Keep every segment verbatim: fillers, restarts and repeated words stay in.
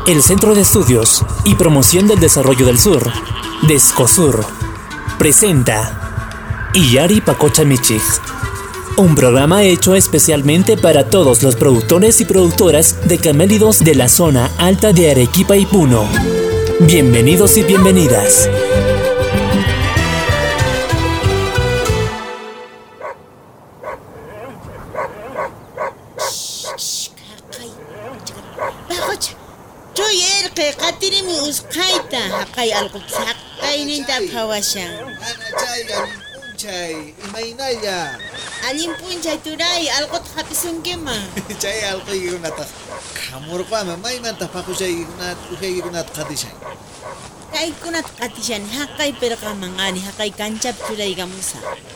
El Centro de Estudios y Promoción del Desarrollo del Sur, Descosur, presenta Illari Pacocha Michig, un programa hecho especialmente para todos los productores y productoras de camélidos de la zona alta de Arequipa y Puno. Bienvenidos y bienvenidas. Qatirimi usqayta haqay alqup saqayninta phawashan. Ana chayga punchay imaynalla. Allin punchay turay alqut hapisunkiman. Chay alqiykunata khamurqama maymanta paquchaykunata uqaykunata qatishan. Kaykunata qatishan haqay pirqamangani haqay kanchap turaygamusa.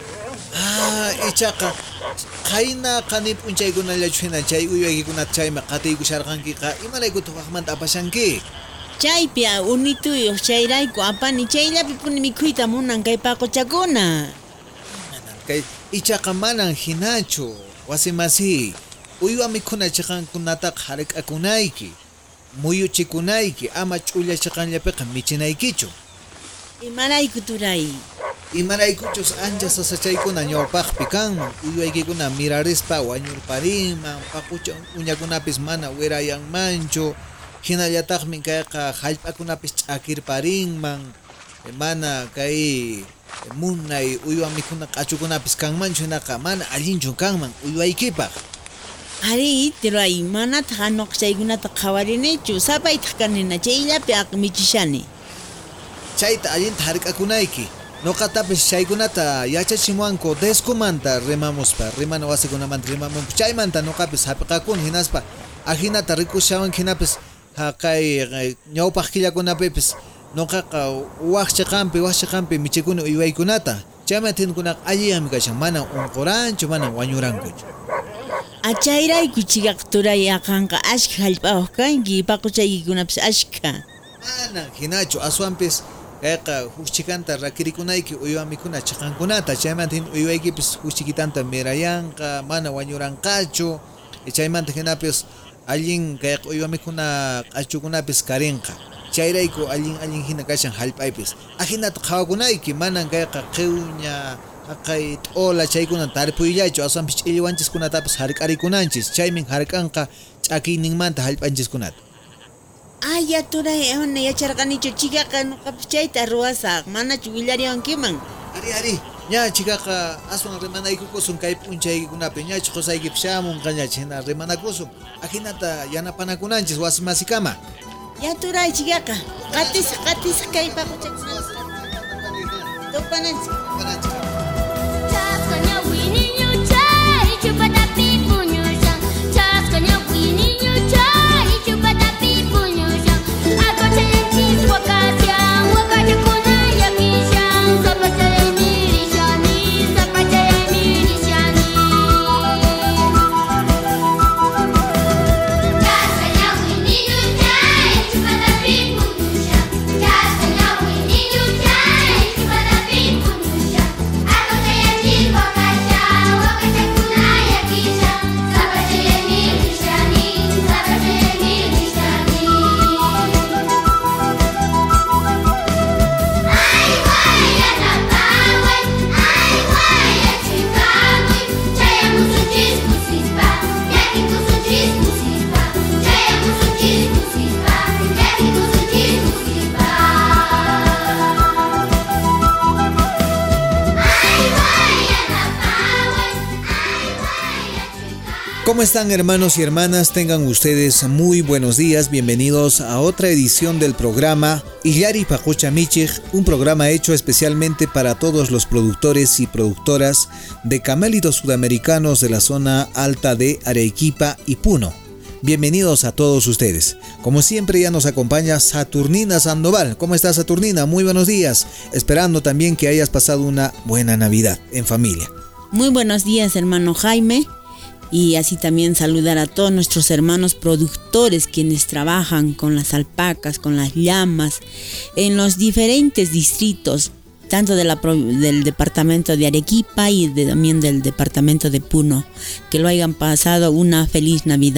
Ah, ichaqa qayna qani punchaykunalla chhina chay uywaykunata chayma qatiykusharqankiqa imaraykuta waqmanta apashanki. Chaypi unituyuq chayrayku apani chayllapi puni mikhuyta munan kay paquchakuna. Manan kay ichaqa manan hinachu wasimasi uywa mikhuna chiqankunataqa harik'akunayki muyuchikunayki ama ch'ullachiqanllapiqa michinaykichu. Imarayku turay. Imaraykuchus ancha sasachaykuna ñawpaqpi kanman uywaykikuna mirarispa wañurparinman paqucha uñakunapis mana wirayanmanchu. Hinallataqmi kayqa hallp'akunapis ch'akirparinman mana kay munay uywa mikhuna q'achukunapis kanmanchu hinaqa mana allinchu kanman uywaykipaq. Ari tiray manataq hanuqchaykunata qhawarinichu sapaytaq kanina chayllapi aqmichishani. Chayta allinta hark'akunayki nuqatapis chaykunata yachachimuwanku deskumanta rimamuspa rimana wasikunamanta rimamunku chaymanta nuqapis hapiqakuni hinaspa ajinata rikushawanki hinapis haqay ñawpaq killakunapipis nuqaqa waqchiqanpi waqchiqanpi michikuni uywaykunata chayman tinkunaqa allinmi kashan mana unquranchu mana wañurankuchu. Achayrayku chikaq turay aqanqa ashka hallp'ahuq kanki paquchaykikunapis ashka. Mana hinachu aswanpis kayqa huchikanta rakirikunayki uywa mikhuna chiqankunata chaymanta hin uywaykipis huchikitanta mirayanqa mana wañuranqachu chaymanta hinapis allin kayqa uywa mikhuna q'achukunapis karinqa chayrayku allin allin hina kashan hallp'aypis ajinata qhawakunayki manan kayqa qhiwña haqay t'ola chaykuna tarpuyllachu aswanpis ch'illiwanchiskunatapis hark'arikunanchis chaymin hark'anqa ch'akiyninmanta hallp'anchiskunata. Aya turay ehuna yacharqanichu chikaqa nuqapis chayta ruwasaq manachu willariwankiman. Ari ari ña chikaqa aswan rimanaykukusun kay p'unchaykunapi ñachu qusaykipi shamunqa ñachu hina rimanakusun ajinata yanapanakunanchis wasimasikama. Ya turay chikaqa qatis qatis kay paquchakunapas tupananchis. ¿Cómo están, hermanos y hermanas? Tengan ustedes muy buenos días. Bienvenidos a otra edición del programa Illari Pacocha Michig, un programa hecho especialmente para todos los productores y productoras de camélidos sudamericanos de la zona alta de Arequipa y Puno. Bienvenidos a todos ustedes. Como siempre ya nos acompaña Saturnina Sandoval. ¿Cómo estás, Saturnina? Muy buenos días. Esperando también que hayas pasado una buena Navidad en familia. Muy buenos días, hermano Jaime. Y así también saludar a todos nuestros hermanos productores quienes trabajan con las alpacas, con las llamas, en los diferentes distritos, tanto de la, del departamento de Arequipa y de, también del departamento de Puno. Que lo hayan pasado una feliz Navidad.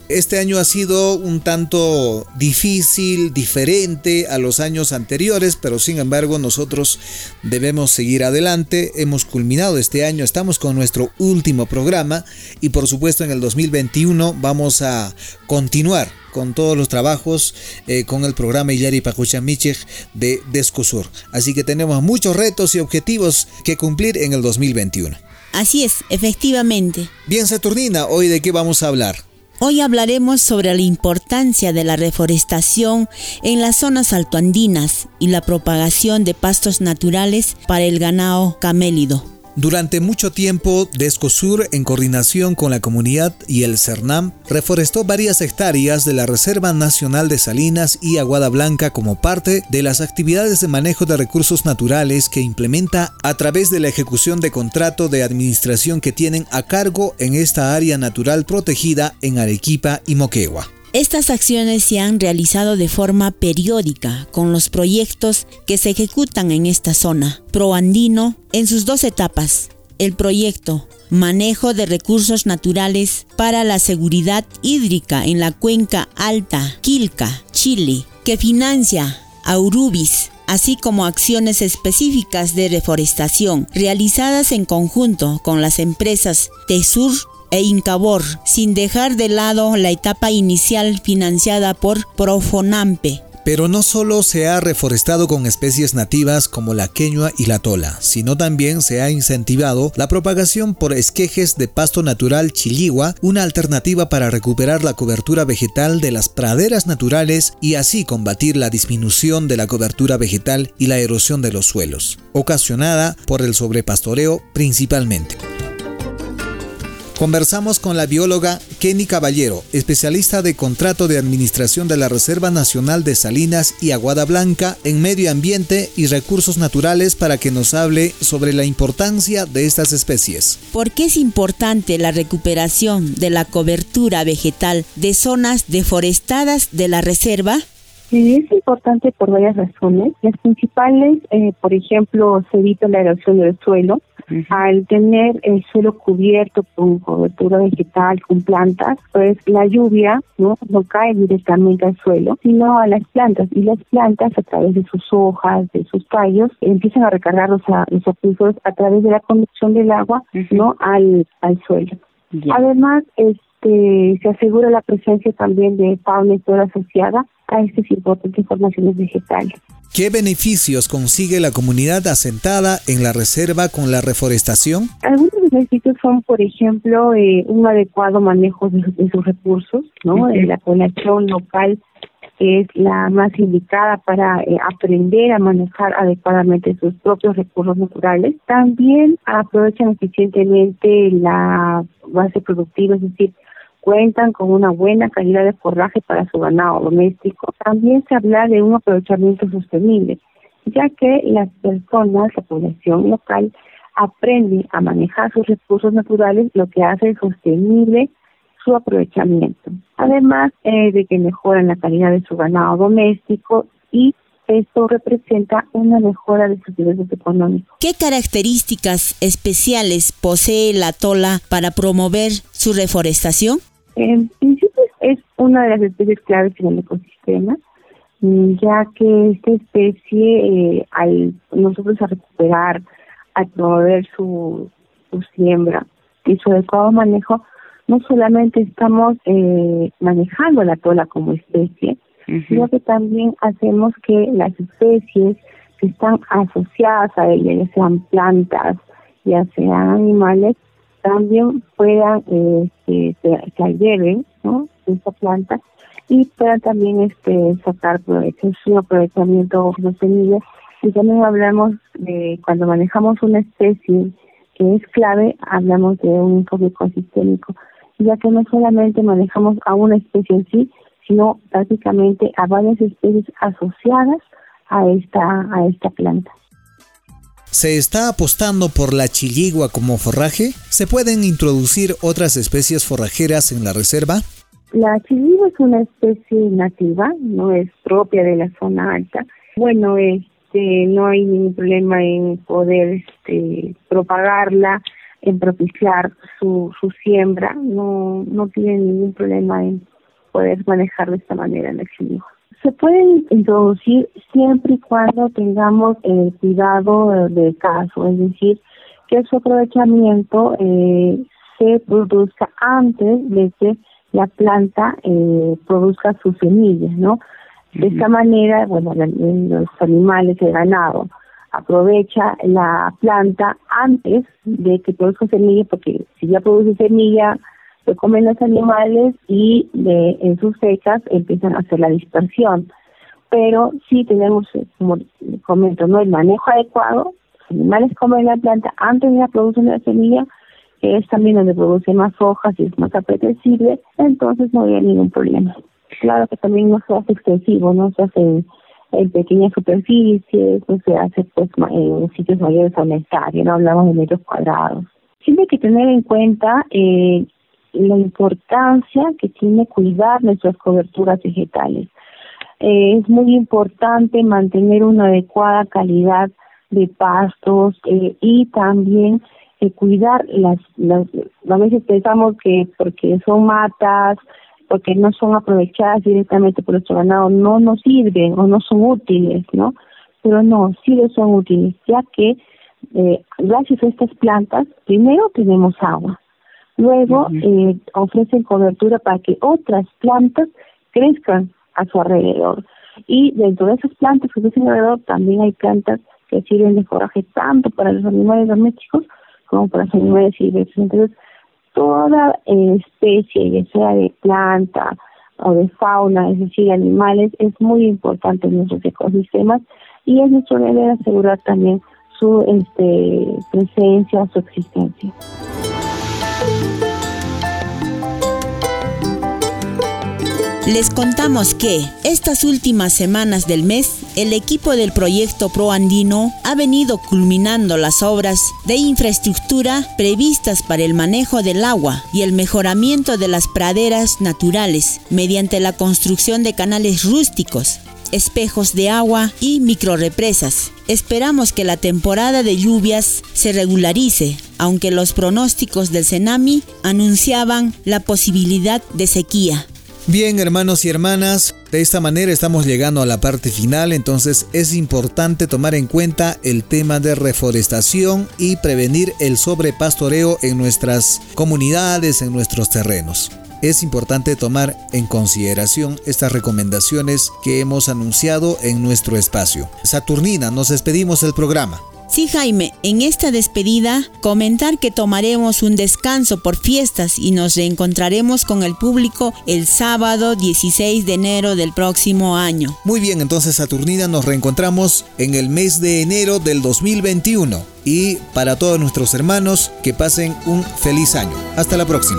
Este año ha sido un tanto difícil, diferente a los años anteriores, pero sin embargo nosotros debemos seguir adelante. Hemos culminado este año, estamos con nuestro último programa y por supuesto en el dos mil veintiuno vamos a continuar con todos los trabajos eh, con el programa Illari Pakuchamichej de Descosur. Así que tenemos muchos retos y objetivos que cumplir en el dos mil veintiuno. Así es, efectivamente. Bien, Saturnina, ¿hoy de qué vamos a hablar? Hoy hablaremos sobre la importancia de la reforestación en las zonas altoandinas y la propagación de pastos naturales para el ganado camélido. Durante mucho tiempo, Descosur, en coordinación con la comunidad y el CERNAM, reforestó varias hectáreas de la Reserva Nacional de Salinas y Aguada Blanca como parte de las actividades de manejo de recursos naturales que implementa a través de la ejecución de contrato de administración que tienen a cargo en esta área natural protegida en Arequipa y Moquegua. Estas acciones se han realizado de forma periódica con los proyectos que se ejecutan en esta zona proandino en sus dos etapas. El proyecto Manejo de Recursos Naturales para la Seguridad Hídrica en la Cuenca Alta Quilca, Chile, que financia a Urubis, así como acciones específicas de reforestación realizadas en conjunto con las empresas Tesur e Incabor, sin dejar de lado la etapa inicial financiada por Profonampe. Pero no solo se ha reforestado con especies nativas como la queñua y la tola, sino también se ha incentivado la propagación por esquejes de pasto natural chiligua, una alternativa para recuperar la cobertura vegetal de las praderas naturales y así combatir la disminución de la cobertura vegetal y la erosión de los suelos, ocasionada por el sobrepastoreo principalmente. Conversamos con la bióloga Kenny Caballero, especialista de contrato de administración de la Reserva Nacional de Salinas y Aguada Blanca en Medio Ambiente y Recursos Naturales, para que nos hable sobre la importancia de estas especies. ¿Por qué es importante la recuperación de la cobertura vegetal de zonas deforestadas de la reserva? Sí, es importante por varias razones. Las principales, eh, por ejemplo, se evita la erosión del suelo. Uh-huh. Al tener el suelo cubierto con cobertura vegetal, con plantas, pues la lluvia no, no cae directamente al suelo, sino a las plantas. Y las plantas, a través de sus hojas, de sus tallos, empiezan a recargar los, los acuíferos a través de la conducción del agua, uh-huh, no al, al suelo. Yeah. Además, este, se asegura la presencia también de fauna y flora asociada a estas importantes formaciones vegetales. ¿Qué beneficios consigue la comunidad asentada en la reserva con la reforestación? Algunos beneficios son, por ejemplo, eh, un adecuado manejo de, de sus recursos, ¿no? Uh-huh. Eh, la población local es la más indicada para eh, aprender a manejar adecuadamente sus propios recursos naturales. También aprovechan eficientemente la base productiva, es decir, cuentan con una buena calidad de forraje para su ganado doméstico. También se habla de un aprovechamiento sostenible, ya que las personas, la población local, aprende a manejar sus recursos naturales, lo que hace sostenible su aprovechamiento. Además eh, de que mejoran la calidad de su ganado doméstico y esto representa una mejora de sus ingresos económicos. ¿Qué características especiales posee la tola para promover su reforestación? En principio es una de las especies claves en el ecosistema, ya que esta especie, eh, al nosotros a recuperar, al promover su, su siembra y su adecuado manejo, no solamente estamos eh, manejando la tola como especie, uh-huh, sino que también hacemos que las especies que están asociadas a ella, ya sean plantas, ya sean animales, también puedan eh, que se alberguen, ¿no?, esta planta y puedan también este sacar provecho, su aprovechamiento sostenible. Y también hablamos de, cuando manejamos una especie que es clave, hablamos de un enfoque ecosistémico, ya que no solamente manejamos a una especie en sí, sino prácticamente a varias especies asociadas a esta a esta planta. ¿Se está apostando por la chiligua como forraje? ¿Se pueden introducir otras especies forrajeras en la reserva? La chiligua es una especie nativa, no es propia de la zona alta. Bueno, este, no hay ningún problema en poder este, propagarla, en propiciar su, su siembra, no no tiene ningún problema en poder manejar de esta manera en el exilio. Se pueden introducir siempre y cuando tengamos el cuidado del caso, es decir, que su aprovechamiento eh, se produzca antes de que la planta eh, produzca sus semillas, ¿no? De esta manera, bueno, la, los animales, el ganado, aprovecha la planta antes de que produzca semilla, porque si ya produce semilla, se comen los animales y de, en sus fecas empiezan a hacer la dispersión. Pero si tenemos, como comento, no el manejo adecuado, los animales comen la planta antes de la producción de la semilla, que es también donde produce más hojas y es más apetecible, entonces no había ningún problema. Claro que también no se hace extensivo, no se hace en pequeñas superficies, no se hace pues en sitios mayores a una hectárea, no hablamos de metros cuadrados. Siempre hay que tener en cuenta eh, la importancia que tiene cuidar nuestras coberturas vegetales. Eh, es muy importante mantener una adecuada calidad de pastos eh, y también eh, cuidar las, las, a veces pensamos que porque son matas, porque no son aprovechadas directamente por nuestro ganado, no nos sirven o no son útiles, ¿no? Pero no, sí les son útiles, ya que eh, gracias a estas plantas, primero tenemos agua, luego uh-huh. eh, ofrecen cobertura para que otras plantas crezcan a su alrededor. Y dentro de esas plantas que crecen alrededor también hay plantas que sirven de forraje tanto para los animales domésticos como para los animales silvestres. Entonces, toda eh, especie, ya sea de planta o de fauna, es decir, animales, es muy importante en nuestros ecosistemas y es nuestro deber asegurar también su este, presencia, su existencia. Les contamos que estas últimas semanas del mes, el equipo del proyecto ProAndino ha venido culminando las obras de infraestructura previstas para el manejo del agua y el mejoramiento de las praderas naturales mediante la construcción de canales rústicos, espejos de agua y microrrepresas. Esperamos que la temporada de lluvias se regularice, aunque los pronósticos del CENAMI anunciaban la posibilidad de sequía. Bien, hermanos y hermanas, de esta manera estamos llegando a la parte final, entonces es importante tomar en cuenta el tema de reforestación y prevenir el sobrepastoreo en nuestras comunidades, en nuestros terrenos. Es importante tomar en consideración estas recomendaciones que hemos anunciado en nuestro espacio. Saturnina, nos despedimos del programa. Sí, Jaime, en esta despedida, comentar que tomaremos un descanso por fiestas y nos reencontraremos con el público el sábado dieciséis de enero del próximo año. Muy bien, entonces Saturnina, nos reencontramos en el mes de enero del dos mil veintiuno. Y para todos nuestros hermanos, que pasen un feliz año. Hasta la próxima.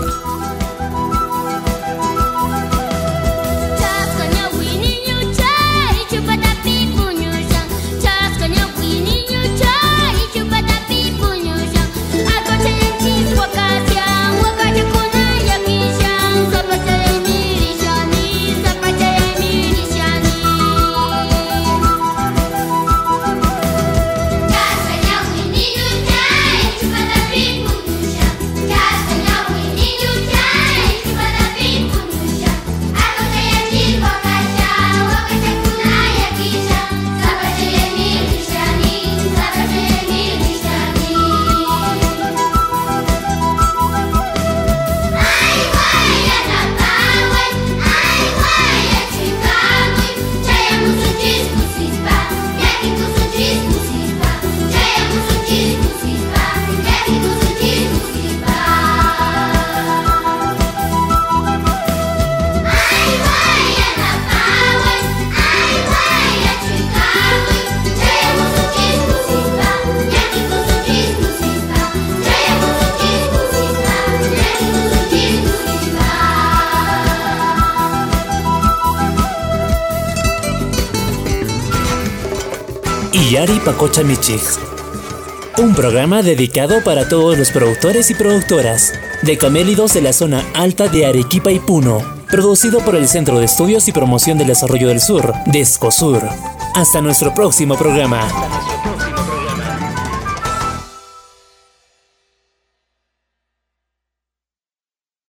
Iyari Pacocha Michig, un programa dedicado para todos los productores y productoras de camélidos de la zona alta de Arequipa y Puno, producido por el Centro de Estudios y Promoción del Desarrollo del Sur, DESCOSUR. Hasta nuestro próximo programa.